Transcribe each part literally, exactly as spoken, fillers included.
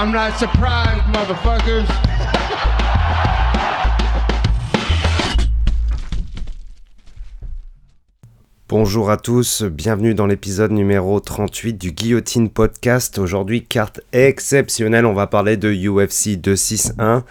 I'm not surprised, motherfuckers. Bonjour à tous, bienvenue dans l'épisode numéro trente-huit du Guillotine Podcast. Aujourd'hui, carte exceptionnelle, on va parler de U F C deux cent soixante-un.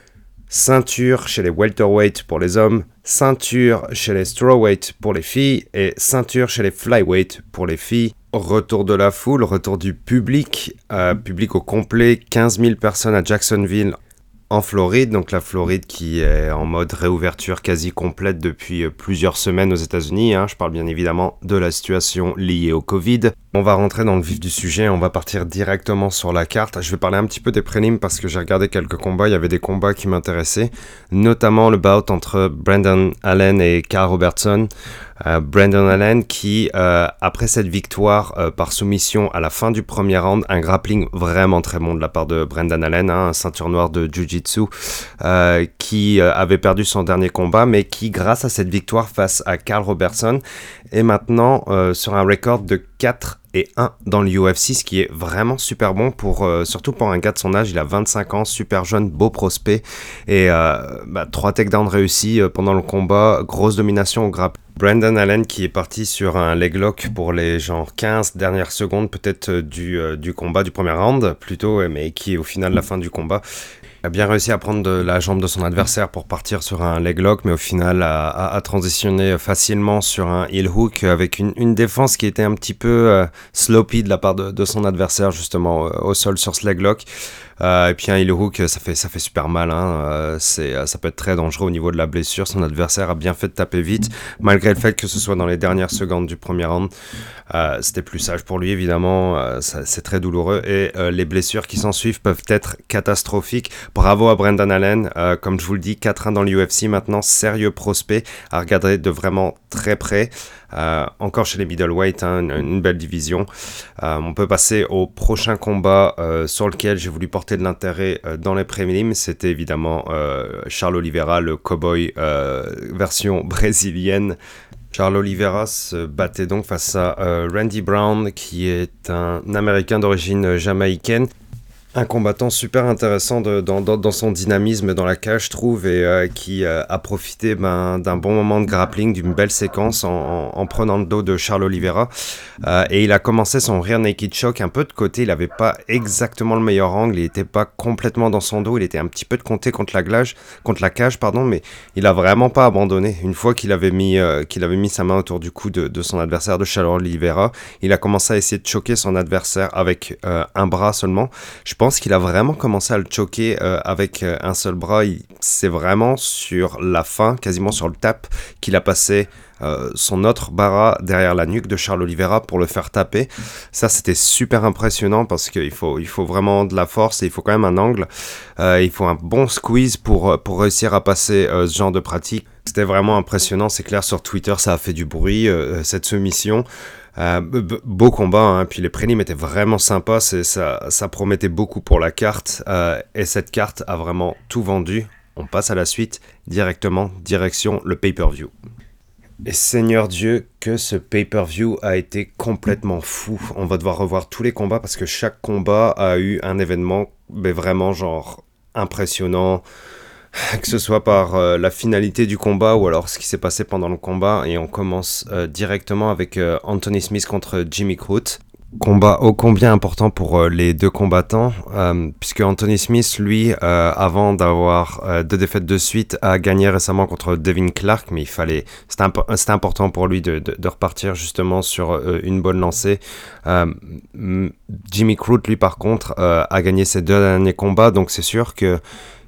Ceinture chez les welterweight pour les hommes, ceinture chez les strawweight pour les filles et ceinture chez les flyweight pour les filles. Retour de la foule, retour du public, euh, public au complet, quinze mille personnes à Jacksonville en Floride, donc la Floride qui est en mode réouverture quasi complète depuis plusieurs semaines aux États-Unis. Hein. Je parle bien évidemment de la situation liée au Covid. On va rentrer dans le vif du sujet, on va partir directement sur la carte. Je vais parler un petit peu des prélims parce que j'ai regardé quelques combats, il y avait des combats qui m'intéressaient, notamment le bout entre Brendan Allen et Carl Robertson. Euh, Brendan Allen qui, euh, après cette victoire euh, par soumission à la fin du premier round, un grappling vraiment très bon de la part de Brendan Allen, hein, un ceinture noire de Jiu-Jitsu, euh, qui euh, avait perdu son dernier combat, mais qui, grâce à cette victoire face à Carl Robertson, est maintenant euh, sur un record de quatre et un dans le U F C, ce qui est vraiment super bon, pour, euh, surtout pour un gars de son âge. Il a vingt-cinq ans, super jeune, beau prospect, et euh, bah, trois takedowns réussis euh, pendant le combat, grosse domination au grappling. Brendan Allen qui est parti sur un leg lock pour les genre quinze dernières secondes peut-être euh, du, euh, du combat, du premier round plutôt, mais qui est au final la fin du combat. Il a bien réussi à prendre de la jambe de son adversaire pour partir sur un leg lock, mais au final a, a, a transitionné facilement sur un heel hook avec une, une défense qui était un petit peu euh, sloppy de la part de, de son adversaire justement euh, au sol sur ce leg lock. Euh, et puis un heel hook, ça fait, ça fait super mal, hein. euh, c'est, ça peut être très dangereux au niveau de la blessure. Son adversaire a bien fait de taper vite, malgré le fait que ce soit dans les dernières secondes du premier round. Euh, c'était plus sage pour lui évidemment, euh, ça, c'est très douloureux et euh, les blessures qui s'en suivent peuvent être catastrophiques. Bravo à Brendan Allen, euh, comme je vous le dis, quatre un dans l'U F C maintenant, sérieux prospect à regarder de vraiment très près. Euh, encore chez les middleweight, hein, une, une belle division. Euh, on peut passer au prochain combat euh, sur lequel j'ai voulu porter de l'intérêt euh, dans les prélims. C'était évidemment euh, Charles Oliveira, le cowboy euh, version brésilienne. Charles Oliveira se battait donc face à euh, Randy Brown, qui est un Américain d'origine jamaïcaine. Un combattant super intéressant de, dans, dans, dans son dynamisme dans la cage, je trouve, et euh, qui euh, a profité ben, d'un bon moment de grappling, d'une belle séquence en, en, en prenant le dos de Charles Oliveira. Euh, et il a commencé son rear naked choke un peu de côté, il n'avait pas exactement le meilleur angle, il n'était pas complètement dans son dos, il était un petit peu de côté contre la, glage, contre la cage, pardon, mais il n'a vraiment pas abandonné. Une fois qu'il avait mis, euh, qu'il avait mis sa main autour du cou de, de son adversaire, de Charles Oliveira, il a commencé à essayer de choquer son adversaire avec euh, un bras seulement. Je pense qu'il a vraiment commencé à le choquer euh, avec euh, un seul bras. Il, c'est vraiment sur la fin, quasiment sur le tap, qu'il a passé euh, son autre bras derrière la nuque de Charles Oliveira pour le faire taper. Ça, c'était super impressionnant parce qu'il faut, il faut vraiment de la force et il faut quand même un angle. Euh, il faut un bon squeeze pour, pour réussir à passer euh, ce genre de pratique. C'était vraiment impressionnant. C'est clair, sur Twitter, ça a fait du bruit, euh, cette soumission. Euh, b- beau combat, hein. Puis les prélims étaient vraiment sympas, c'est, ça, ça promettait beaucoup pour la carte, euh, et cette carte a vraiment tout vendu. On passe à la suite, directement, direction le pay-per-view. Et Seigneur Dieu, que ce pay-per-view a été complètement fou. On va devoir revoir tous les combats parce que chaque combat a eu un événement mais vraiment genre impressionnant. Que ce soit par euh, la finalité du combat ou alors ce qui s'est passé pendant le combat. Et on commence euh, directement avec euh, Anthony Smith contre Jimmy Crute. Combat ô combien important pour euh, les deux combattants, euh, puisque Anthony Smith, lui, euh, avant d'avoir euh, deux défaites de suite, a gagné récemment contre Devin Clark, mais il fallait, c'était, imp- c'était important pour lui de, de, de repartir justement sur euh, une bonne lancée. Euh, Jimmy Crute, lui, par contre, euh, a gagné ses deux derniers combats, donc c'est sûr que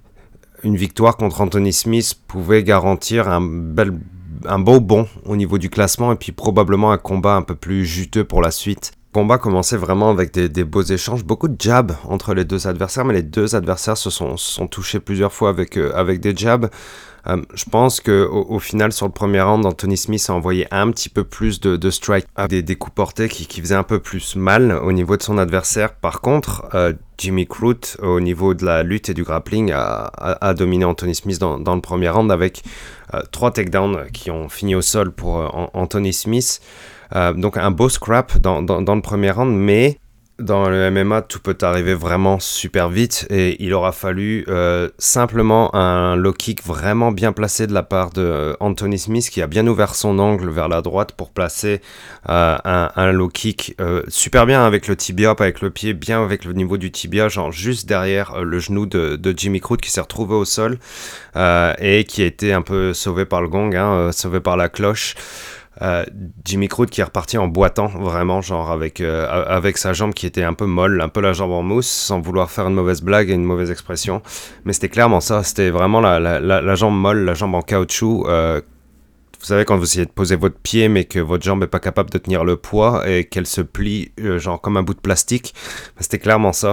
une victoire contre Anthony Smith pouvait garantir un, bel, un beau bond au niveau du classement et puis probablement un combat un peu plus juteux pour la suite. Le combat commençait vraiment avec des, des beaux échanges, beaucoup de jabs entre les deux adversaires, mais les deux adversaires se sont, se sont touchés plusieurs fois avec, euh, avec des jabs. Euh, je pense qu'au au final, sur le premier round, Anthony Smith a envoyé un petit peu plus de, de strikes, des, des coups portés qui, qui faisaient un peu plus mal au niveau de son adversaire. Par contre, euh, Jimmy Crute, au niveau de la lutte et du grappling, a, a, a dominé Anthony Smith dans, dans le premier round avec euh, trois takedowns qui ont fini au sol pour euh, Anthony Smith. Euh, donc un beau scrap dans, dans, dans le premier round, mais dans le M M A, tout peut arriver vraiment super vite et il aura fallu euh, simplement un low kick vraiment bien placé de la part de euh, Anthony Smith qui a bien ouvert son angle vers la droite pour placer euh, un, un low kick euh, super bien avec le tibia, pas avec le pied, bien avec le niveau du tibia, genre juste derrière euh, le genou de, de Jimmy Crute qui s'est retrouvé au sol euh, et qui a été un peu sauvé par le gong, hein, euh, sauvé par la cloche. Euh, Jimmy Crute qui est reparti en boitant vraiment genre avec, euh, avec sa jambe qui était un peu molle, un peu la jambe en mousse, sans vouloir faire une mauvaise blague et une mauvaise expression, mais c'était clairement ça, c'était vraiment la, la, la, la jambe molle, la jambe en caoutchouc. euh, vous savez quand vous essayez de poser votre pied mais que votre jambe est pas capable de tenir le poids et qu'elle se plie euh, genre comme un bout de plastique, c'était clairement ça.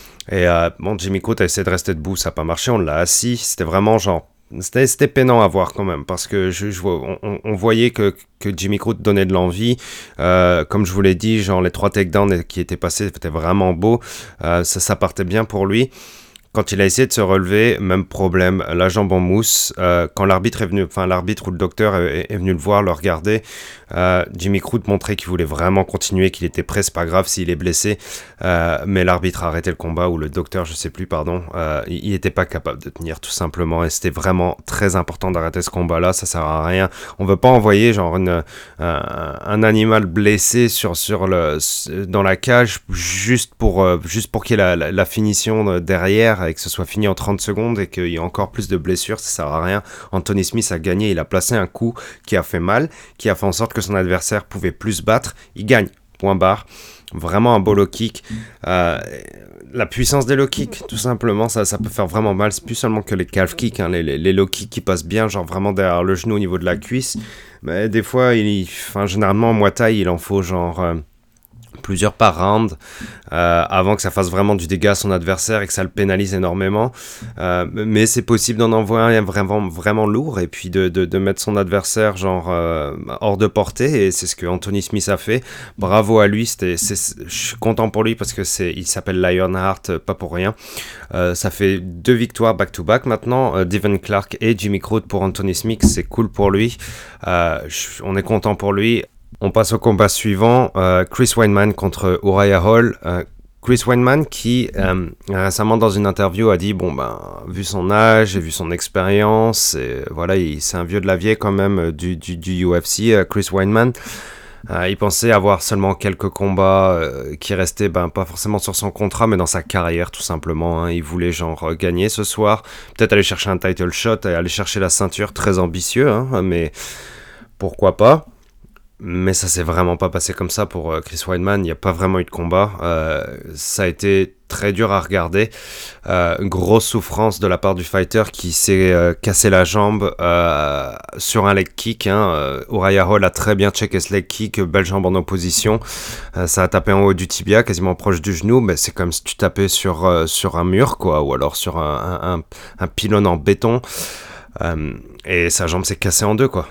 Et euh, bon, Jimmy Crute a essayé de rester debout, ça n'a pas marché, on l'a assis, c'était vraiment genre C'était, c'était peinant à voir quand même, parce que je, je, on, on voyait que, que Jimmy Crute donnait de l'envie. Euh, comme je vous l'ai dit, genre les trois takedowns qui étaient passés, c'était vraiment beau. Euh, ça, ça partait bien pour lui. Quand il a essayé de se relever, même problème, la jambe en mousse. Euh, quand l'arbitre est venu, enfin l'arbitre ou le docteur est, est venu le voir, le regarder, euh, Jimmy Crute montrait qu'il voulait vraiment continuer, qu'il était prêt, c'est pas grave s'il est blessé. Euh, mais l'arbitre a arrêté le combat, ou le docteur, je sais plus, pardon. Euh, il était pas capable de tenir, tout simplement. Et c'était vraiment très important d'arrêter ce combat-là, ça sert à rien. On veut pas envoyer genre une, un, un animal blessé sur, sur le, dans la cage juste pour, euh, juste pour qu'il y ait la, la, la finition derrière, et que ce soit fini en trente secondes et qu'il y ait encore plus de blessures, ça sert à rien. Anthony Smith a gagné, il a placé un coup qui a fait mal, qui a fait en sorte que son adversaire pouvait plus battre, il gagne, point barre. Vraiment un beau low kick. Euh, la puissance des low kicks, tout simplement, ça, ça peut faire vraiment mal. C'est plus seulement que les calf kicks, hein, les, les, les low kicks qui passent bien, genre vraiment derrière le genou au niveau de la cuisse. Mais des fois, il, enfin, généralement en Muay Thai, il en faut genre euh, plusieurs par round euh, avant que ça fasse vraiment du dégât à son adversaire et que ça le pénalise énormément. Euh, mais c'est possible d'en envoyer un vraiment, vraiment lourd et puis de, de, de mettre son adversaire genre euh, hors de portée, et c'est ce que Anthony Smith a fait. Bravo à lui, c'était, c'est, je suis content pour lui parce que c'est, il s'appelle Lionheart, pas pour rien. Euh, ça fait deux victoires back-to-back maintenant, euh, Devin Clark et Jimmy Crute pour Anthony Smith, c'est cool pour lui. Euh, je, on est content pour lui. On passe au combat suivant, euh, Chris Weidman contre Uriah Hall. Euh, Chris Weidman qui euh, récemment dans une interview a dit bon ben vu son âge et vu son expérience, et voilà, il, c'est un vieux de la vieille quand même du, du, du U F C, euh, Chris Weidman. Euh, il pensait avoir seulement quelques combats euh, qui restaient ben, pas forcément sur son contrat mais dans sa carrière tout simplement, hein. Il voulait genre gagner ce soir, peut-être aller chercher un title shot et aller chercher la ceinture, très ambitieux, hein, mais pourquoi pas. Mais ça s'est vraiment pas passé comme ça pour euh, Chris Weidman, il n'y a pas vraiment eu de combat, euh, ça a été très dur à regarder, euh, grosse souffrance de la part du fighter qui s'est euh, cassé la jambe euh, sur un leg kick, hein. euh, Uriah Hall a très bien checké ce leg kick, belle jambe en opposition, euh, ça a tapé en haut du tibia, quasiment proche du genou, mais c'est comme si tu tapais sur, euh, sur un mur quoi, ou alors sur un, un, un pylône en béton, euh, et sa jambe s'est cassée en deux quoi.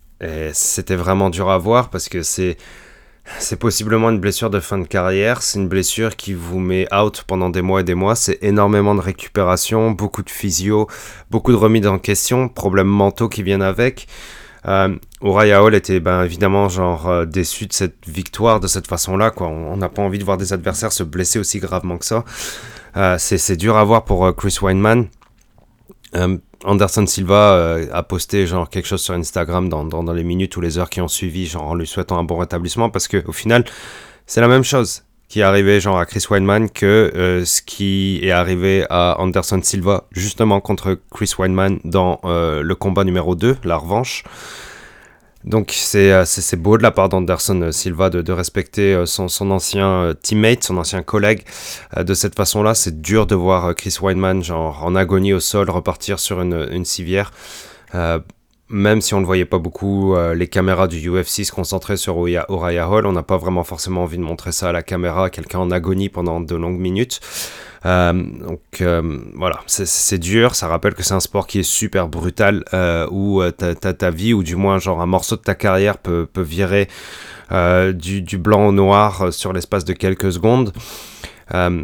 Et c'était vraiment dur à voir parce que c'est, c'est possiblement une blessure de fin de carrière, c'est une blessure qui vous met out pendant des mois et des mois, c'est énormément de récupération, beaucoup de physio, beaucoup de remises en question, problèmes mentaux qui viennent avec. Euh, Uriah Hall était ben, évidemment genre euh, déçu de cette victoire de cette façon-là, quoi. On n'a pas envie de voir des adversaires se blesser aussi gravement que ça. Euh, c'est, c'est dur à voir pour euh, Chris Weidman. Euh, Anderson Silva euh, a posté genre quelque chose sur Instagram dans, dans, dans les minutes ou les heures qui ont suivi, genre en lui souhaitant un bon rétablissement, parce que au final c'est la même chose qui est arrivé genre à Chris Weidman que euh, ce qui est arrivé à Anderson Silva justement contre Chris Weidman dans euh, le combat numéro deux, la revanche. Donc c'est, c'est, c'est beau de la part d'Anderson Silva de, de respecter son, son ancien teammate, son ancien collègue euh, de cette façon-là. C'est dur de voir Chris Weidman genre en agonie au sol repartir sur une, une civière. Euh, même si on ne le voyait pas beaucoup, euh, les caméras du U F C se concentraient sur Uriah Hall. On n'a pas vraiment forcément envie de montrer ça à la caméra, à quelqu'un en agonie pendant de longues minutes. Euh, donc euh, voilà, c'est, c'est dur, ça rappelle que c'est un sport qui est super brutal, euh, où euh, ta, ta, ta vie, ou du moins genre un morceau de ta carrière peut, peut virer euh, du, du blanc au noir euh, sur l'espace de quelques secondes. Euh,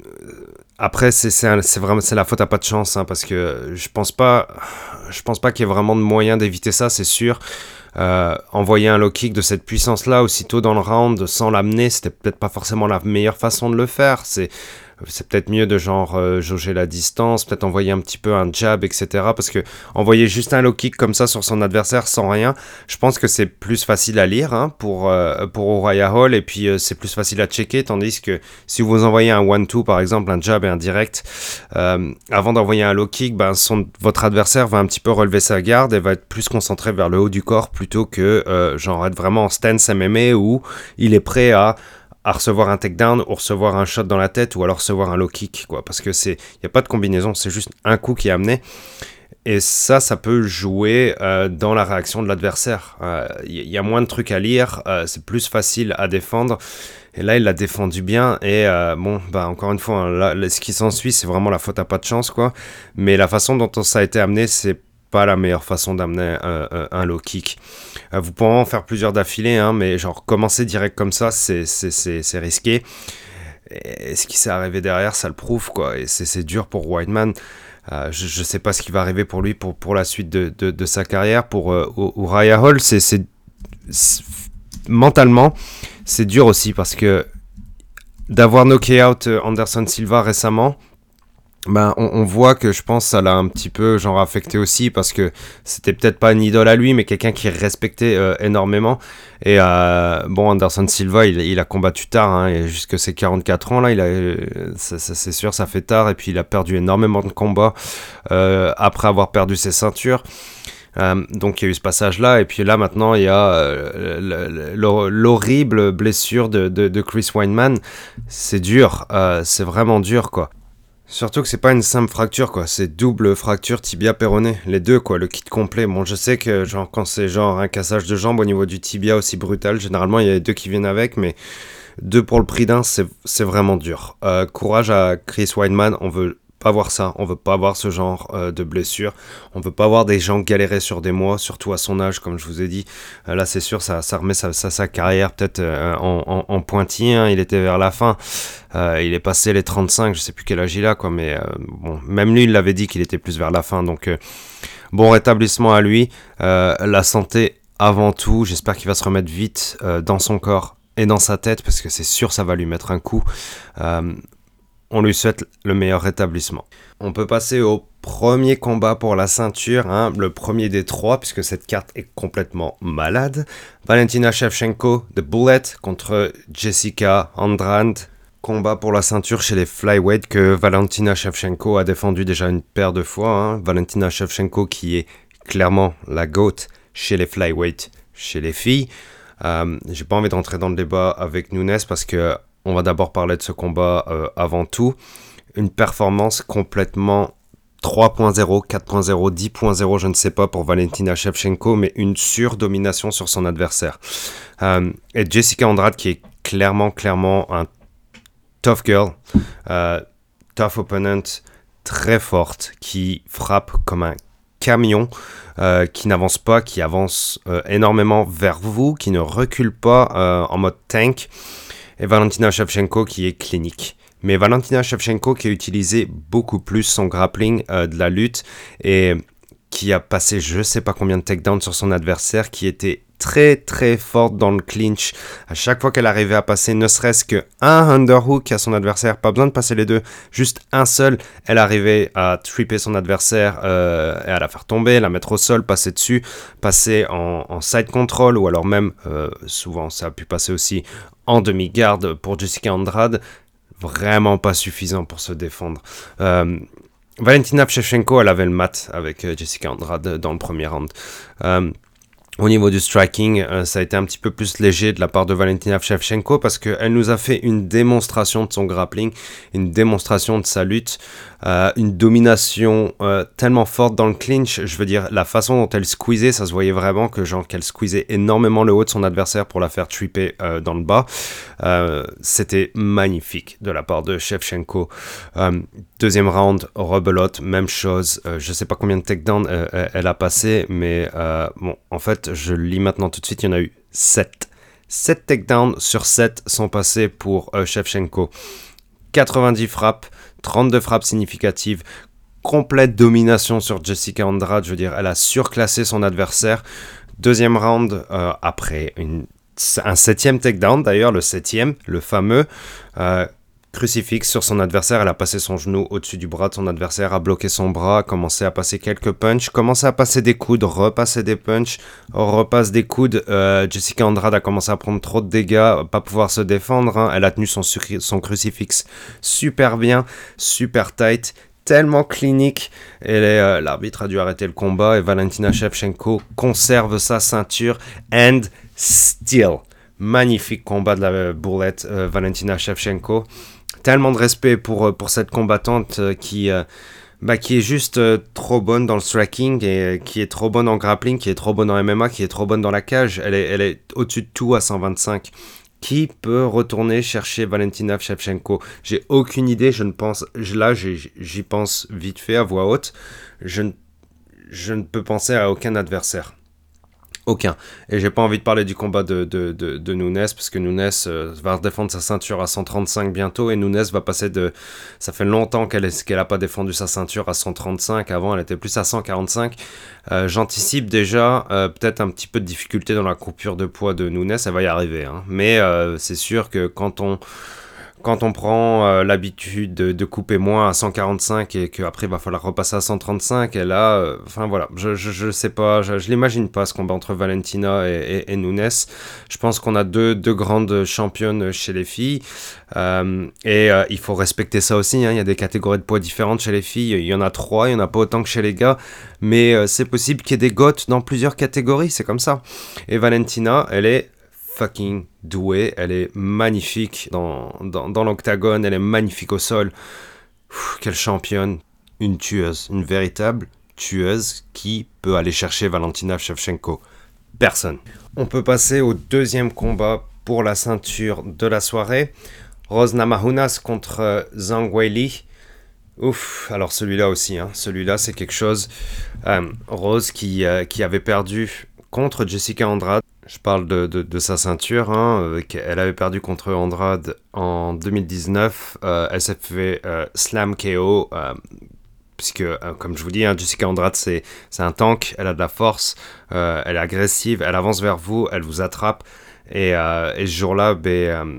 après c'est, c'est, un, c'est vraiment c'est la faute à pas de chance, hein, parce que je pense pas je pense pas qu'il y ait vraiment de moyen d'éviter ça, c'est sûr. Euh, envoyer un low kick de cette puissance-là aussitôt dans le round sans l'amener, c'était peut-être pas forcément la meilleure façon de le faire. C'est C'est peut-être mieux de genre euh, jauger la distance, peut-être envoyer un petit peu un jab, et cetera. Parce que envoyer juste un low kick comme ça sur son adversaire sans rien, je pense que c'est plus facile à lire hein, pour, euh, pour Uriah Hall et puis euh, c'est plus facile à checker. Tandis que si vous envoyez un one two par exemple, un jab et un direct, euh, avant d'envoyer un low kick, ben, son, votre adversaire va un petit peu relever sa garde et va être plus concentré vers le haut du corps plutôt que euh, genre être vraiment en stance M M A où il est prêt à à recevoir un takedown ou recevoir un shot dans la tête ou alors recevoir un low kick, quoi. Parce que c'est, il n'y a pas de combinaison, c'est juste un coup qui est amené. Et ça, ça peut jouer euh, dans la réaction de l'adversaire. Il euh, y, y a moins de trucs à lire, euh, c'est plus facile à défendre. Et là, il l'a défendu bien. Et euh, bon, bah encore une fois, hein, là, ce qui s'ensuit, c'est vraiment la faute à pas de chance, quoi. Mais la façon dont ça a été amené, c'est pas la meilleure façon d'amener un, un, un low kick. Euh, vous pourrez en faire plusieurs d'affilée, hein, mais genre commencer direct comme ça, c'est, c'est, c'est, c'est risqué. Et ce qui s'est arrivé derrière, ça le prouve, quoi. Et c'est, c'est dur pour Weidman. Euh, je, je sais pas ce qui va arriver pour lui pour, pour la suite de, de, de sa carrière. Pour euh, Uriah Hall, c'est, c'est, c'est mentalement, c'est dur aussi parce que d'avoir knocké out Anderson Silva récemment, ben, on, on voit que je pense que ça l'a un petit peu genre affecté aussi parce que c'était peut-être pas une idole à lui mais quelqu'un qui respectait euh, énormément et euh, bon Anderson Silva il, il a combattu tard hein, et jusque ses quarante-quatre ans là il a, ça, ça, c'est sûr ça fait tard et puis il a perdu énormément de combats euh, après avoir perdu ses ceintures. Euh, donc il y a eu ce passage là et puis là maintenant il y a euh, l'horrible blessure de, de, de Chris Weidman. C'est dur, euh, c'est vraiment dur quoi. Surtout que c'est pas une simple fracture quoi, c'est double fracture tibia péroné, les deux quoi, le kit complet. Bon je sais que genre quand c'est genre un cassage de jambe au niveau du tibia aussi brutal, généralement il y a les deux qui viennent avec, mais deux pour le prix d'un c'est, c'est vraiment dur. Euh, courage à Chris Weidman, on veut pas voir ça, on veut pas voir ce genre euh, de blessure, on veut pas voir des gens galérer sur des mois, surtout à son âge comme je vous ai dit. Euh, là c'est sûr ça, ça remet sa, sa, sa carrière peut-être euh, en, en, en pointillé, hein. Il était vers la fin, euh, il est passé les trente-cinq, je sais plus quel âge il a quoi, mais euh, bon, même lui il l'avait dit qu'il était plus vers la fin, donc euh, bon rétablissement à lui, euh, la santé avant tout, j'espère qu'il va se remettre vite euh, dans son corps et dans sa tête parce que c'est sûr ça va lui mettre un coup. Euh, On lui souhaite le meilleur rétablissement. On peut passer au premier combat pour la ceinture, hein, le premier des trois, puisque cette carte est complètement malade. Valentina Shevchenko de Bullet contre Jessica Andrade. Combat pour la ceinture chez les flyweight que Valentina Shevchenko a défendu déjà une paire de fois. Hein. Valentina Shevchenko qui est clairement la GOAT chez les flyweight, chez les filles. Euh, j'ai pas envie d'entrer dans le débat avec Nunes parce que on va d'abord parler de ce combat euh, avant tout. Une performance complètement trois point zéro, quatre point zéro, dix point zéro, je ne sais pas pour Valentina Shevchenko, mais une surdomination sur son adversaire. Euh, et Jessica Andrade qui est clairement, clairement un tough girl, euh, tough opponent, très forte, qui frappe comme un camion, euh, qui n'avance pas, qui avance euh, énormément vers vous, qui ne recule pas euh, en mode tank. Et Valentina Shevchenko qui est clinique. Mais Valentina Shevchenko qui a utilisé beaucoup plus son grappling euh, de la lutte et qui a passé je sais pas combien de takedowns sur son adversaire, qui était très très forte dans le clinch. À chaque fois qu'elle arrivait à passer ne serait-ce qu'un underhook à son adversaire, pas besoin de passer les deux, juste un seul, elle arrivait à tripper son adversaire euh, et à la faire tomber, la mettre au sol, passer dessus, passer en, en side control ou alors même, euh, souvent ça a pu passer aussi en demi-garde pour Jessica Andrade. Vraiment pas suffisant pour se défendre. Euh, Valentina Shevchenko, elle avait le mat avec euh, Jessica Andrade dans le premier round. Euh, Au niveau du striking, euh, ça a été un petit peu plus léger de la part de Valentina Shevchenko parce qu'elle nous a fait une démonstration de son grappling, une démonstration de sa lutte, euh, une domination euh, tellement forte dans le clinch. Je veux dire, la façon dont elle squeezait, ça se voyait vraiment que genre qu'elle squeezait énormément le haut de son adversaire pour la faire tripper euh, dans le bas. Euh, c'était magnifique de la part de Shevchenko. Euh, deuxième round, rebelote, même chose. Euh, je sais pas combien de takedowns euh, elle a passé, mais euh, bon, en fait, je le lis maintenant tout de suite, il y en a eu sept. sept takedowns sur sept sont passés pour euh, Shevchenko. quatre-vingt-dix frappes, trente-deux frappes significatives, complète domination sur Jessica Andrade, je veux dire, elle a surclassé son adversaire. Deuxième round, euh, après une, un septième takedown d'ailleurs, le septième, le fameux, euh, crucifix sur son adversaire, elle a passé son genou au-dessus du bras de son adversaire, a bloqué son bras, a commencé à passer quelques punches, commencé à passer des coudes, repasser des punches, repasse des coudes. Euh, Jessica Andrade a commencé à prendre trop de dégâts, pas pouvoir se défendre. Hein. Elle a tenu son, son crucifix super bien, super tight, tellement clinique. Et les, euh, l'arbitre a dû arrêter le combat et Valentina Shevchenko conserve sa ceinture and still. Magnifique combat de la bourrelette euh, Valentina Shevchenko. Tellement de respect pour, pour cette combattante euh, qui, euh, bah, qui est juste euh, trop bonne dans le striking et euh, qui est trop bonne en grappling, qui est trop bonne en M M A, qui est trop bonne dans la cage. Elle est, elle est au-dessus de tout à cent vingt-cinq. Qui peut retourner chercher Valentina Shevchenko ? J'ai aucune idée, je ne pense... Là, j'y, j'y pense vite fait à voix haute. Je ne, je ne peux penser à aucun adversaire. Aucun. Et j'ai pas envie de parler du combat de, de, de, de Nunes, parce que Nunes euh, va défendre sa ceinture à cent trente-cinq bientôt, et Nunes va passer de... Ça fait longtemps qu'elle est, qu'elle a pas défendu sa ceinture à cent trente-cinq, avant elle était plus à cent quarante-cinq. Euh, j'anticipe déjà euh, peut-être un petit peu de difficulté dans la coupure de poids de Nunes, elle va y arriver. Hein. Mais euh, c'est sûr que quand on... Quand on prend euh, l'habitude de, de couper moins à cent quarante-cinq et qu'après il va falloir repasser à cent trente-cinq, et là, enfin euh, voilà, je, je, je sais pas, je, je l'imagine pas ce combat entre Valentina et, et, et Nunes. Je pense qu'on a deux, deux grandes championnes chez les filles euh, et euh, il faut respecter ça aussi. Hein. Il y a des catégories de poids différentes chez les filles, il y en a trois, il y en a pas autant que chez les gars, mais euh, c'est possible qu'il y ait des gottes dans plusieurs catégories, c'est comme ça. Et Valentina, elle est fucking douée, elle est magnifique dans, dans, dans l'octagone, elle est magnifique au sol. Ouf, quelle championne, une tueuse, une véritable tueuse qui peut aller chercher Valentina Shevchenko. Personne. On peut passer au deuxième combat pour la ceinture de la soirée. Rose Namajunas contre Zhang Weili. Ouf, alors celui-là aussi, hein. Celui-là c'est quelque chose. Euh, Rose qui, euh, qui avait perdu contre Jessica Andrade. Je parle de, de, de sa ceinture, hein. Elle avait perdu contre Andrade en deux mille dix-neuf, euh, elle s'est fait euh, slam K O, euh, puisque euh, comme je vous dis, hein, Jessica Andrade c'est, c'est un tank, elle a de la force, euh, elle est agressive, elle avance vers vous, elle vous attrape, et, euh, et ce jour-là, ben, euh,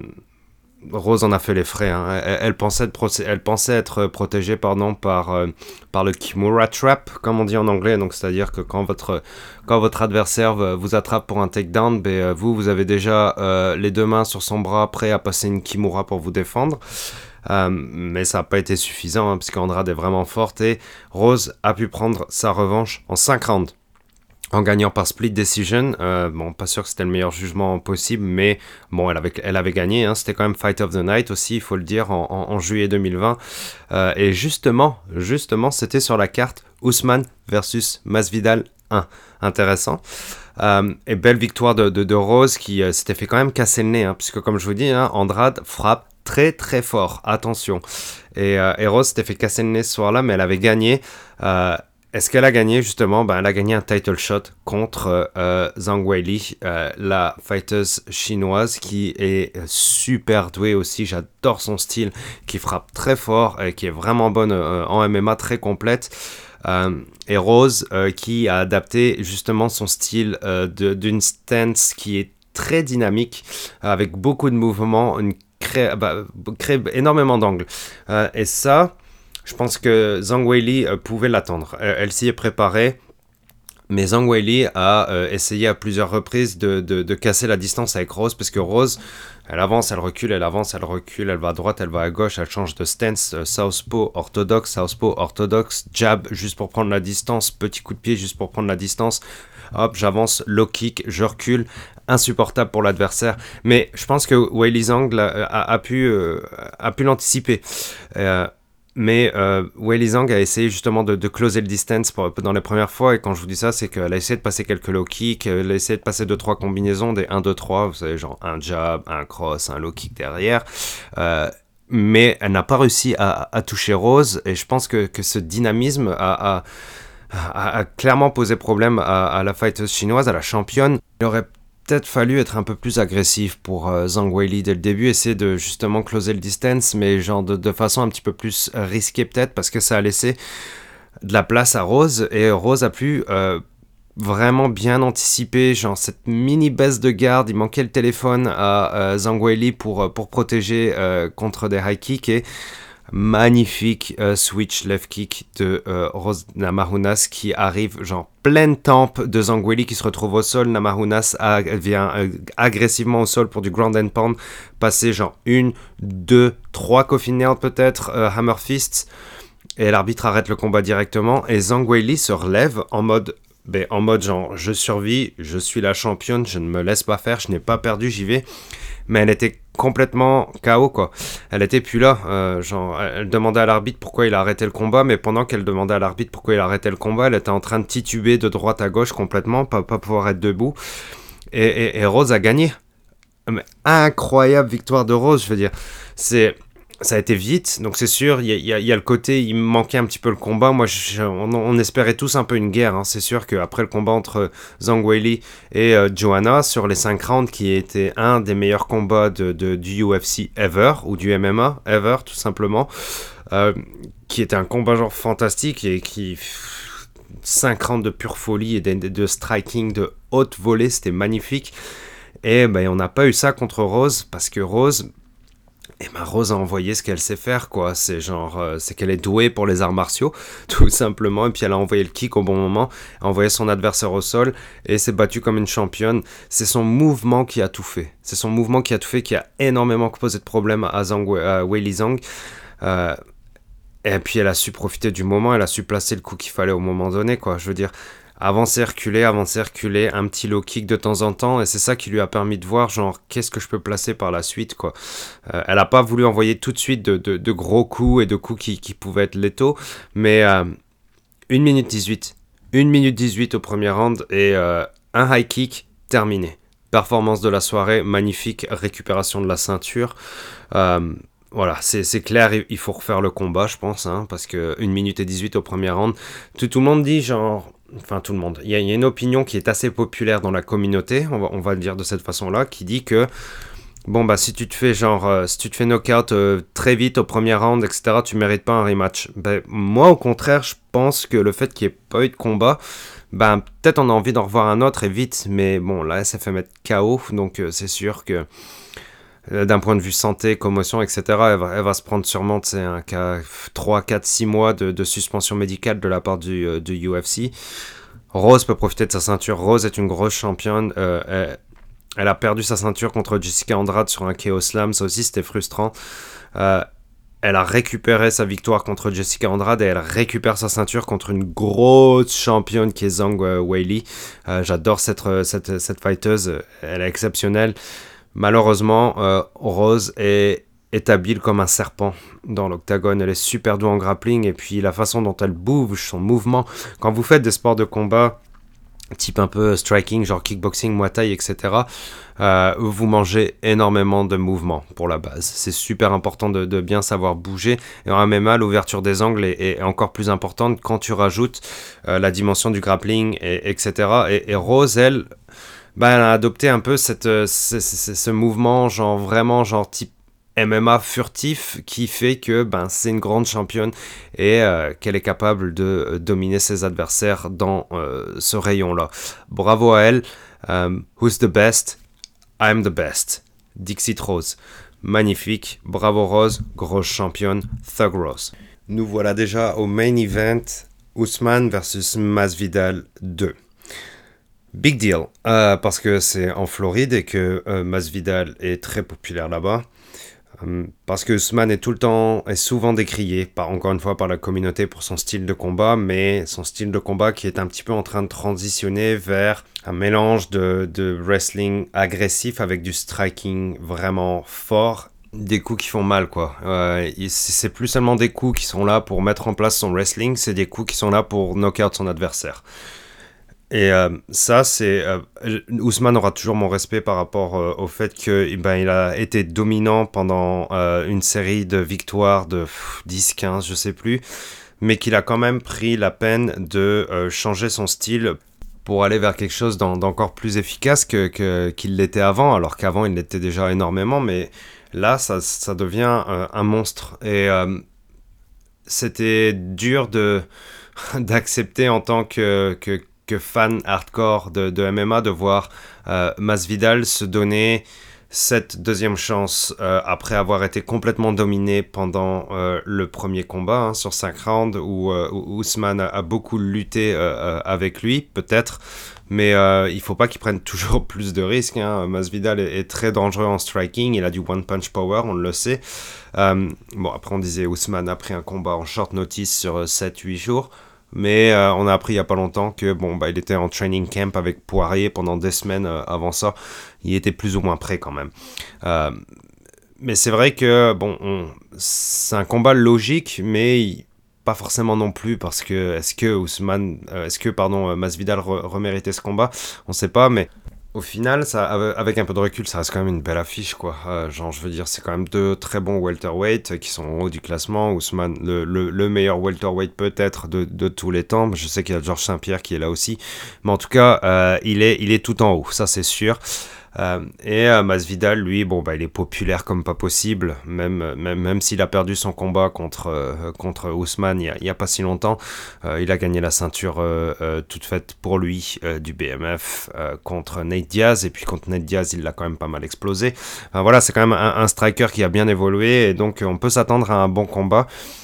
Rose en a fait les frais. Hein. Elle, elle, pensait être pro- elle pensait être protégée pardon, par, euh, par le Kimura Trap, comme on dit en anglais. Donc, c'est-à-dire que quand votre, quand votre adversaire vous attrape pour un takedown, ben, vous, vous avez déjà euh, les deux mains sur son bras prêts à passer une Kimura pour vous défendre. Euh, mais ça n'a pas été suffisant, hein, puisqu'Andrade est vraiment forte. Et Rose a pu prendre sa revanche en cinq rounds. En gagnant par split decision, euh, bon, pas sûr que c'était le meilleur jugement possible, mais bon, elle avait, elle avait gagné, hein, c'était quand même Fight of the Night aussi, il faut le dire, en, en, en juillet deux mille vingt, euh, et justement, justement, c'était sur la carte Usman versus Masvidal un, intéressant, euh, et belle victoire de, de, de Rose qui euh, s'était fait quand même casser le nez, hein, puisque comme je vous dis, hein, Andrade frappe très très fort, attention, et, euh, et Rose s'était fait casser le nez ce soir-là, mais elle avait gagné. euh, Est-ce qu'elle a gagné justement? Ben, elle a gagné un title shot contre euh, Zhang Weili, euh, la fighteuse chinoise qui est super douée aussi. J'adore son style, qui frappe très fort, et qui est vraiment bonne euh, en M M A, très complète. Euh, et Rose euh, qui a adapté justement son style euh, de, d'une stance qui est très dynamique, avec beaucoup de mouvements, une crée, bah, crée énormément d'angles. Euh, et ça... Je pense que Zhang Weili euh, pouvait l'attendre. Elle, elle s'y est préparée, mais Zhang Weili a euh, essayé à plusieurs reprises de, de, de casser la distance avec Rose, parce que Rose, elle avance, elle recule, elle avance, elle recule, elle va à droite, elle va à gauche, elle change de stance, euh, southpaw, orthodoxe, southpaw, orthodoxe, jab juste pour prendre la distance, petit coup de pied juste pour prendre la distance, hop, j'avance, low kick, je recule, insupportable pour l'adversaire. Mais je pense que Weili Zhang a, a, a, pu, euh, a pu l'anticiper. Euh, Mais euh, Weili Zhang a essayé justement de, de closer le distance pour, dans les premières fois, et quand je vous dis ça, c'est qu'elle a essayé de passer quelques low kicks, elle a essayé de passer deux trois combinaisons, des un deux trois, vous savez, genre un jab, un cross, un low kick derrière, euh, mais elle n'a pas réussi à, à toucher Rose, et je pense que, que ce dynamisme a, a, a, a clairement posé problème à, à la fighteuse chinoise, à la championne. Il aurait peut-être fallu être un peu plus agressif pour euh, Zhang Weili dès le début, essayer de justement closer le distance, mais genre de, de façon un petit peu plus risquée peut-être, parce que ça a laissé de la place à Rose, et Rose a pu euh, vraiment bien anticipé, genre cette mini baisse de garde, il manquait le téléphone à euh, Zhang Weili pour, pour protéger euh, contre des high kicks et magnifique euh, switch left kick de euh, Rose Namajunas qui arrive genre pleine tempe de Zhang Weili qui se retrouve au sol. Namajunas a, vient euh, agressivement au sol pour du ground and pound, passer genre une, deux, trois coffin nails peut-être, euh, hammer fists, et l'arbitre arrête le combat directement et Zhang Weili se relève en mode ben, en mode genre je survis, je suis la championne, je ne me laisse pas faire, je n'ai pas perdu, j'y vais. Mais elle était complètement K O quoi. Elle était plus là. Euh, genre, elle demandait à l'arbitre pourquoi il a arrêté le combat, mais pendant qu'elle demandait à l'arbitre pourquoi il a arrêté le combat, elle était en train de tituber de droite à gauche complètement, pas, pas pouvoir être debout. Et, et, et Rose a gagné. Mais incroyable victoire de Rose, je veux dire. C'est... Ça a été vite, donc c'est sûr, il y, y, y a le côté, il me manquait un petit peu le combat. Moi, je, on, on espérait tous un peu une guerre. Hein. C'est sûr qu'après le combat entre Zhang Weili et euh, Joanna, sur les cinq rounds, qui était un des meilleurs combats de, de, du U F C ever, ou du M M A ever, tout simplement, euh, qui était un combat genre fantastique et qui... cinq rounds de pure folie et de, de, de striking de haute volée, c'était magnifique. Et ben, on n'a pas eu ça contre Rose, parce que Rose... Et ben Rose a envoyé ce qu'elle sait faire, quoi. C'est genre, euh, c'est qu'elle est douée pour les arts martiaux, tout simplement. Et puis elle a envoyé le kick au bon moment, a envoyé son adversaire au sol et s'est battue comme une championne. C'est son mouvement qui a tout fait. C'est son mouvement qui a tout fait, qui a énormément posé de problèmes à, Zhang, à Weili Zhang. Euh, et puis elle a su profiter du moment, elle a su placer le coup qu'il fallait au moment donné, quoi. Je veux dire, avancer, reculer, avancer, reculer, un petit low kick de temps en temps, et c'est ça qui lui a permis de voir, genre, qu'est-ce que je peux placer par la suite, quoi. Euh, elle n'a pas voulu envoyer tout de suite de, de, de gros coups et de coups qui, qui pouvaient être létaux, mais euh, une minute dix-huit. une minute dix-huit au premier round, et euh, un high kick, terminé. Performance de la soirée, magnifique, récupération de la ceinture. Euh, Voilà, c'est, c'est clair, il faut refaire le combat, je pense, hein, parce que une minute et dix-huit au premier round, tout, tout le monde dit genre... Enfin, tout le monde. Il y, a, il y a une opinion qui est assez populaire dans la communauté, on va, on va le dire de cette façon-là, qui dit que, bon, bah, si tu te fais genre, euh, si tu te fais knock-out euh, très vite au premier round, et cetera, tu mérites pas un rematch. Ben, moi, au contraire, je pense que le fait qu'il n'y ait pas eu de combat, ben, peut-être on a envie d'en revoir un autre et vite, mais bon, là, ça fait mettre K O, donc euh, c'est sûr que... d'un point de vue santé, commotion, et cetera, elle va, elle va se prendre sûrement un cas trois, quatre, six mois de, de suspension médicale de la part du, euh, du U F C. Rose peut profiter de sa ceinture. Rose est une grosse championne. Euh, elle, elle a perdu sa ceinture contre Jessica Andrade sur un K O slam. Ça aussi, c'était frustrant. Euh, elle a récupéré sa victoire contre Jessica Andrade et elle récupère sa ceinture contre une grosse championne qui est Zhang Weili. Euh, j'adore cette, cette, cette fighteuse. Elle est exceptionnelle. Malheureusement, euh, Rose est, est habile comme un serpent dans l'octagone. Elle est super douée en grappling et puis la façon dont elle bouge, son mouvement. Quand vous faites des sports de combat, type un peu striking, genre kickboxing, muay thai, et cetera, euh, vous mangez énormément de mouvements pour la base. C'est super important de, de bien savoir bouger. Et en M M A, l'ouverture des angles est, est encore plus importante quand tu rajoutes euh, la dimension du grappling, et, etc. Et, et Rose, elle... Ben, elle a adopté un peu cette, euh, ce, ce, ce mouvement genre vraiment genre type M M A furtif qui fait que ben, c'est une grande championne et euh, qu'elle est capable de euh, dominer ses adversaires dans euh, ce rayon-là. Bravo à elle. Um, who's the best? I'm the best. Dixit Rose. Magnifique. Bravo Rose. Grosse championne. Thug Rose. Nous voilà déjà au main event. Usman versus Masvidal deux. Big deal, euh, parce que c'est en Floride et que euh, Masvidal est très populaire là-bas. Euh, parce que Usman est tout le temps, est souvent décrié, par, encore une fois par la communauté pour son style de combat, mais son style de combat qui est un petit peu en train de transitionner vers un mélange de, de wrestling agressif avec du striking vraiment fort. Des coups qui font mal, quoi. Euh, c'est plus seulement des coups qui sont là pour mettre en place son wrestling, c'est des coups qui sont là pour knock out son adversaire. Et euh, ça, c'est... Euh, Usman aura toujours mon respect par rapport euh, au fait qu'il ben, il a été dominant pendant euh, une série de victoires de pff, dix, quinze, je sais plus, mais qu'il a quand même pris la peine de euh, changer son style pour aller vers quelque chose d'en, d'encore plus efficace que, que, qu'il l'était avant, alors qu'avant, il l'était déjà énormément, mais là, ça, ça devient euh, un monstre. Et euh, c'était dur de, d'accepter en tant que... que que fan hardcore de, de M M A de voir euh, Masvidal se donner cette deuxième chance euh, après avoir été complètement dominé pendant euh, le premier combat hein, sur cinq rounds où, euh, où Ousmane a, a beaucoup lutté euh, euh, avec lui, peut-être, mais euh, il faut pas qu'il prenne toujours plus de risques. Hein. Masvidal est, est très dangereux en striking, il a du one punch power, on le sait. Euh, bon, après on disait Ousmane a pris un combat en short notice sur sept huit jours. Mais euh, on a appris il n'y a pas longtemps que bon bah il était en training camp avec Poirier pendant des semaines euh, avant ça. Il était plus ou moins prêt quand même. Euh, mais c'est vrai que bon, on, c'est un combat logique, mais il, pas forcément non plus parce que est-ce que Ousmane, euh, est-ce que pardon Masvidal re- reméritait ce combat, on sait pas, mais au final, ça, avec un peu de recul, ça reste quand même une belle affiche, quoi. Euh, genre, je veux dire, c'est quand même deux très bons welterweight qui sont en haut du classement. Ousmane, le, le, le meilleur welterweight peut-être de, de tous les temps. Je sais qu'il y a Georges Saint-Pierre qui est là aussi. Mais en tout cas, euh, il, est, il est tout en haut, ça c'est sûr. Euh, et euh, Masvidal, lui, bon, bah, il est populaire comme pas possible, même, même, même s'il a perdu son combat contre, euh, contre Ousmane il n'y a, a pas si longtemps. Euh, il a gagné la ceinture euh, euh, toute faite pour lui euh, du B M F euh, contre Nate Diaz, et puis contre Nate Diaz, il l'a quand même pas mal explosé. Enfin, voilà, c'est quand même un, un striker qui a bien évolué, et donc on peut s'attendre à un bon combat.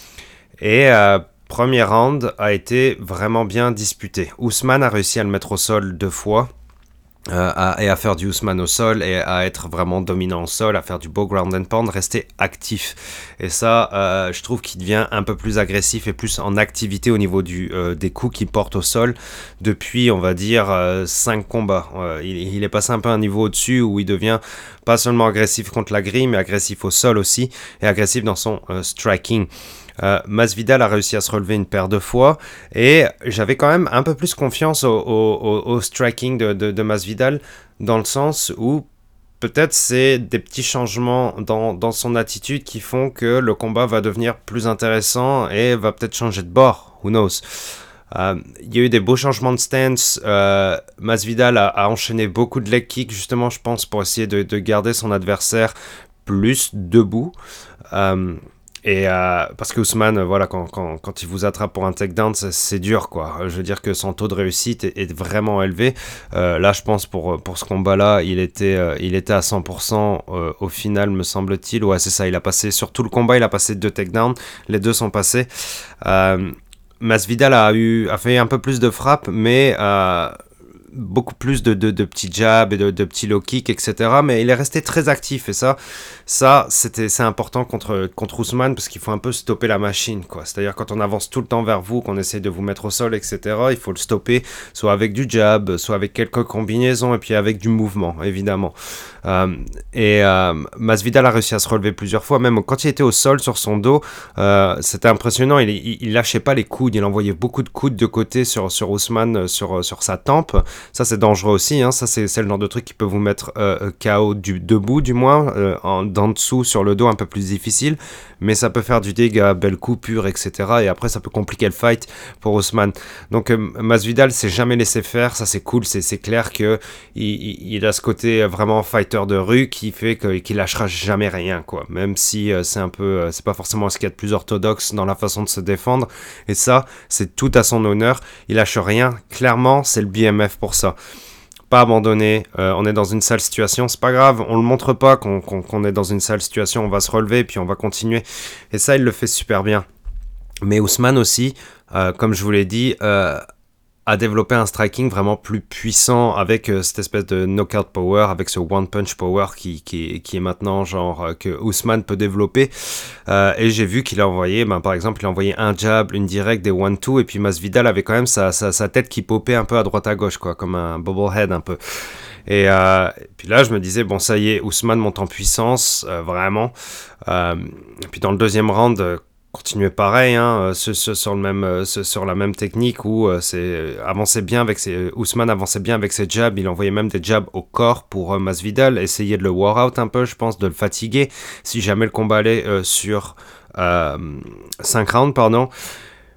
Et euh, premier round a été vraiment bien disputé. Ousmane a réussi à le mettre au sol deux fois. Euh, à, et à faire du Ousmane au sol et à être vraiment dominant au sol, à faire du beau ground and pound, rester actif. Et ça, euh, je trouve qu'il devient un peu plus agressif et plus en activité au niveau du, euh, des coups qu'il porte au sol depuis, on va dire, euh, cinq combats. Euh, il, il est passé un peu un niveau au-dessus où il devient pas seulement agressif contre la grille, mais agressif au sol aussi et agressif dans son euh, striking. Euh, Masvidal a réussi à se relever une paire de fois et j'avais quand même un peu plus confiance au, au, au, au striking de, de, de Masvidal dans le sens où peut-être c'est des petits changements dans, dans son attitude qui font que le combat va devenir plus intéressant et va peut-être changer de bord, who knows. Euh, il y a eu des beaux changements de stance. Euh, Masvidal a, a enchaîné beaucoup de leg kicks justement, je pense, pour essayer de, de garder son adversaire plus debout. Euh, Et euh, parce que Ousmane, voilà, quand, quand, quand il vous attrape pour un takedown, c'est, c'est dur, quoi. Je veux dire que son taux de réussite est, est vraiment élevé. Euh, là, je pense pour, pour ce combat-là, il était, euh, il était à cent pour cent euh, au final, me semble-t-il. Ouais, c'est ça. Il a passé sur tout le combat, il a passé deux takedowns. Les deux sont passés. Euh, Masvidal a eu, a fait un peu plus de frappes, mais euh, beaucoup plus de, de, de petits jabs et de, de petits low kicks, et cetera. Mais il est resté très actif et ça, ça c'était, c'est important contre, contre Ousmane parce qu'il faut un peu stopper la machine, quoi. C'est-à-dire quand on avance tout le temps vers vous, qu'on essaie de vous mettre au sol, et cetera, il faut le stopper soit avec du jab, soit avec quelques combinaisons et puis avec du mouvement, évidemment. Euh, et euh, Masvidal a réussi à se relever plusieurs fois, même quand il était au sol sur son dos, euh, c'était impressionnant, il, il, il lâchait pas les coudes, il envoyait beaucoup de coudes de côté sur, sur Ousmane, sur, sur sa tempe. Ça c'est dangereux aussi, hein. Ça c'est, c'est le genre de truc qui peut vous mettre euh, K O du, debout du moins, euh, en, d'en dessous sur le dos un peu plus difficile, mais ça peut faire du dégât, belle coupure, et cetera. Et après ça peut compliquer le fight pour Ousmane. Donc euh, Masvidal s'est jamais laissé faire, ça c'est cool, c'est, c'est clair que il, il, il a ce côté vraiment fighter de rue qui fait que, qu'il lâchera jamais rien, quoi. Même si euh, c'est un peu, euh, c'est pas forcément ce qu'il y a de plus orthodoxe dans la façon de se défendre. Et ça, c'est tout à son honneur. Il lâche rien. Clairement, c'est le B M F pour ça. Pas abandonné, euh, on est dans une sale situation, c'est pas grave, on le montre pas qu'on, qu'on, qu'on est dans une sale situation, on va se relever et puis on va continuer. Et ça, il le fait super bien. Mais Ousmane aussi, euh, comme je vous l'ai dit, euh, a développé un striking vraiment plus puissant avec euh, cette espèce de knockout power, avec ce one punch power qui, qui, qui est maintenant genre euh, que Ousmane peut développer. Euh, et j'ai vu qu'il a envoyé, ben, par exemple, il a envoyé un jab, une directe, des one two, et puis Masvidal avait quand même sa, sa, sa tête qui popait un peu à droite à gauche, quoi, comme un bobblehead un peu. Et, euh, et puis là, je me disais, bon, ça y est, Ousmane monte en puissance, euh, vraiment. Euh, et puis dans le deuxième round, euh, continuer pareil, hein, sur, sur, sur, le même, sur la même technique où euh, c'est, avançait bien avec ses, Ousmane avançait bien avec ses jabs, il envoyait même des jabs au corps pour euh, Masvidal, essayer de le wear out un peu, je pense, de le fatiguer, si jamais le combat allait euh, sur euh, cinq rounds, pardon.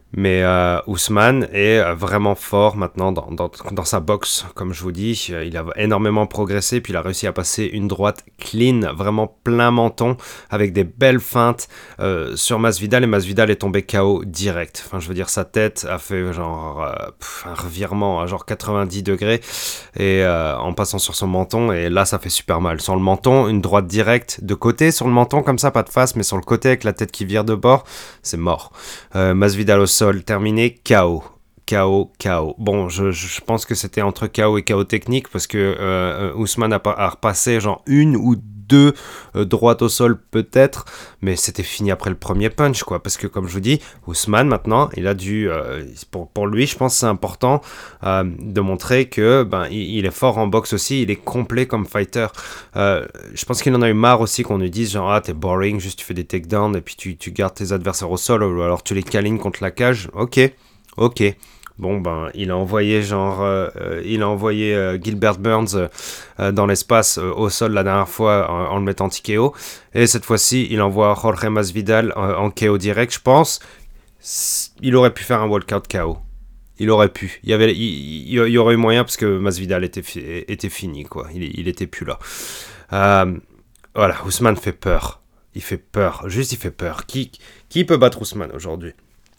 Mais euh, Ousmane est vraiment fort maintenant dans, dans, dans sa boxe, comme je vous dis. Il a énormément progressé, puis il a réussi à passer une droite clean, vraiment plein menton, avec des belles feintes euh, sur Masvidal. Et Masvidal est tombé K O direct. Enfin, je veux dire, sa tête a fait genre euh, pff, un revirement à genre quatre-vingt-dix degrés et, euh, en passant sur son menton. Et là, ça fait super mal. Sur le menton, une droite directe de côté, sur le menton, comme ça, pas de face, mais sur le côté avec la tête qui vire de bord, c'est mort. Euh, Masvidal au sol, terminé, K O. K O, K O. Bon, je, je pense que c'était entre K O et K O technique parce que euh, Ousmane a, a repassé genre une ou deux euh, droites au sol peut-être, mais c'était fini après le premier punch, quoi. Parce que comme je vous dis, Ousmane maintenant, il a dû, euh, pour, pour lui, je pense que c'est important euh, de montrer que ben il, il est fort en boxe aussi, il est complet comme fighter. Euh, je pense qu'il en a eu marre aussi qu'on lui dise genre ah t'es boring, juste tu fais des takedowns et puis tu, tu gardes tes adversaires au sol ou alors tu les câlines contre la cage. Ok. Ok, bon ben il a envoyé genre euh, euh, il a envoyé euh, Gilbert Burns euh, dans l'espace euh, au sol la dernière fois en, en le mettant T K O et cette fois-ci il envoie Jorge Masvidal euh, en K O direct. Je pense il aurait pu faire un walkout K O. Il aurait pu. Il y avait il, il, il y aurait eu moyen parce que Masvidal était était fini quoi. Il il était plus là. Euh, voilà, Ousmane fait peur. Il fait peur. Juste il fait peur. Qui qui peut battre Ousmane aujourd'hui?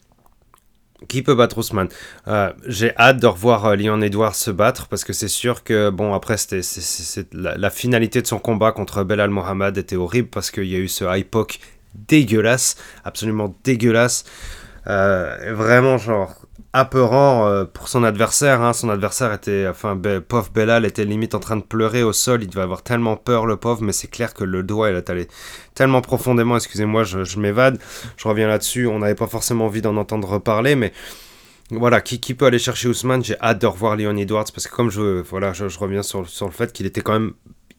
Qui peut battre Ousmane? euh, J'ai hâte de revoir euh, Leon Edwards se battre parce que c'est sûr que, bon, après, c'était, c'est, c'est, c'est la, la finalité de son combat contre Belal Mohamed était horrible parce qu'il y a eu ce high poke dégueulasse, absolument dégueulasse. Euh, vraiment, genre, apeurant euh, pour son adversaire. Hein. Son adversaire était, enfin, Be- pauvre Belal était limite en train de pleurer au sol. Il devait avoir tellement peur, le pauvre, mais c'est clair que le doigt, il est allé tellement profondément. Excusez-moi, je, je m'évade. Je reviens là-dessus. On n'avait pas forcément envie d'en entendre reparler, mais voilà, qui, qui peut aller chercher Ousmane? J'ai hâte de revoir Leon Edwards parce que comme je, voilà, je, je reviens sur, sur le fait qu'il était quand même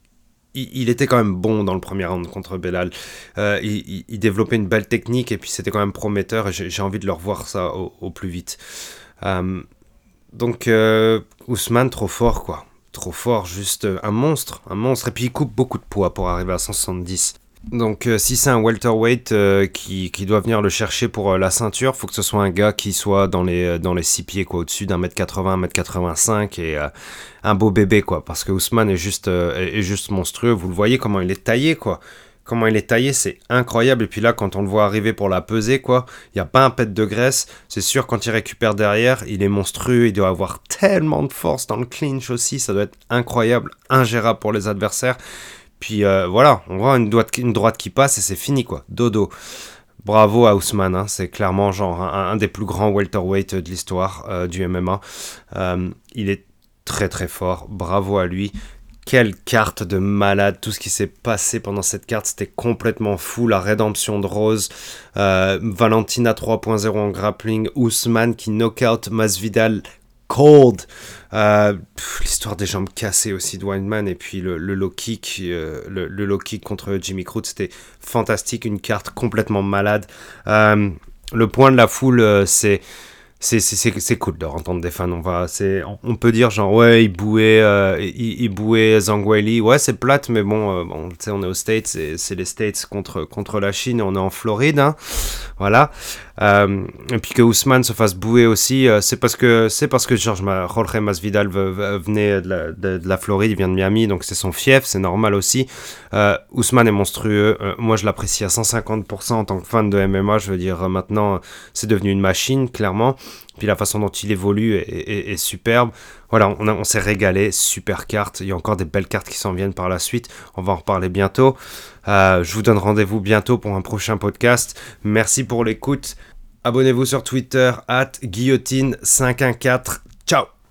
Il, il était quand même bon dans le premier round contre Belal. Euh, il, il, il développait une belle technique et puis c'était quand même prometteur et j'ai, j'ai envie de le revoir ça au, au plus vite. Euh, donc euh, Ousmane trop fort quoi, trop fort, juste un monstre, un monstre et puis il coupe beaucoup de poids pour arriver à cent soixante-dix. Donc euh, si c'est un welterweight euh, qui, qui doit venir le chercher pour euh, la ceinture, faut que ce soit un gars qui soit dans les, dans les six pieds quoi, au-dessus d'un mètre quatre-vingts, un mètre quatre-vingt-cinq et euh, un beau bébé quoi, parce que Ousmane est juste, euh, est, est juste monstrueux, vous le voyez comment il est taillé quoi, comment il est taillé c'est incroyable et puis là quand on le voit arriver pour la peser quoi, il n'y a pas un pet de graisse, c'est sûr quand il récupère derrière, il est monstrueux, il doit avoir tellement de force dans le clinch aussi, ça doit être incroyable, ingérable pour les adversaires. Puis euh, voilà, on voit une droite, une droite qui passe et c'est fini quoi, dodo. Bravo à Ousmane, hein, c'est clairement genre un, un des plus grands welterweight de l'histoire euh, du M M A. Euh, il est très très fort, bravo à lui. Quelle carte de malade, tout ce qui s'est passé pendant cette carte, c'était complètement fou. La rédemption de Rose, euh, Valentina trois point zéro en grappling, Ousmane qui knockout Masvidal cold. Euh, pff, l'histoire des jambes cassées aussi de Weidman et puis le, le low kick, euh, le, le low kick contre Jimmy Crute, c'était fantastique, une carte complètement malade. Euh, le point de la foule, euh, c'est C'est, c'est, c'est, c'est cool de entendre des fans. On, va, c'est, on, on peut dire genre ouais il bouait, euh, il, il bouait Zhang Weili. Ouais c'est plate mais bon, euh, bon tu sais on est aux States, c'est, c'est les States contre, contre la Chine et on est en Floride. Hein, voilà. Euh, et puis que Ousmane se fasse bouer aussi, euh, c'est parce que c'est parce que George Jorge Masvidal venait de la, de, de la Floride, il vient de Miami donc c'est son fief, c'est normal aussi. Euh, Ousmane est monstrueux. Euh, moi je l'apprécie à cent cinquante pour cent en tant que fan de M M A. Je veux dire maintenant c'est devenu une machine clairement. Puis la façon dont il évolue est, est, est superbe. Voilà, on, a, on s'est régalé, super carte. Il y a encore des belles cartes qui s'en viennent par la suite. On va en reparler bientôt. Euh, je vous donne rendez-vous bientôt pour un prochain podcast. Merci pour l'écoute. Abonnez-vous sur Twitter, arobase guillotine cinq un quatre. Ciao!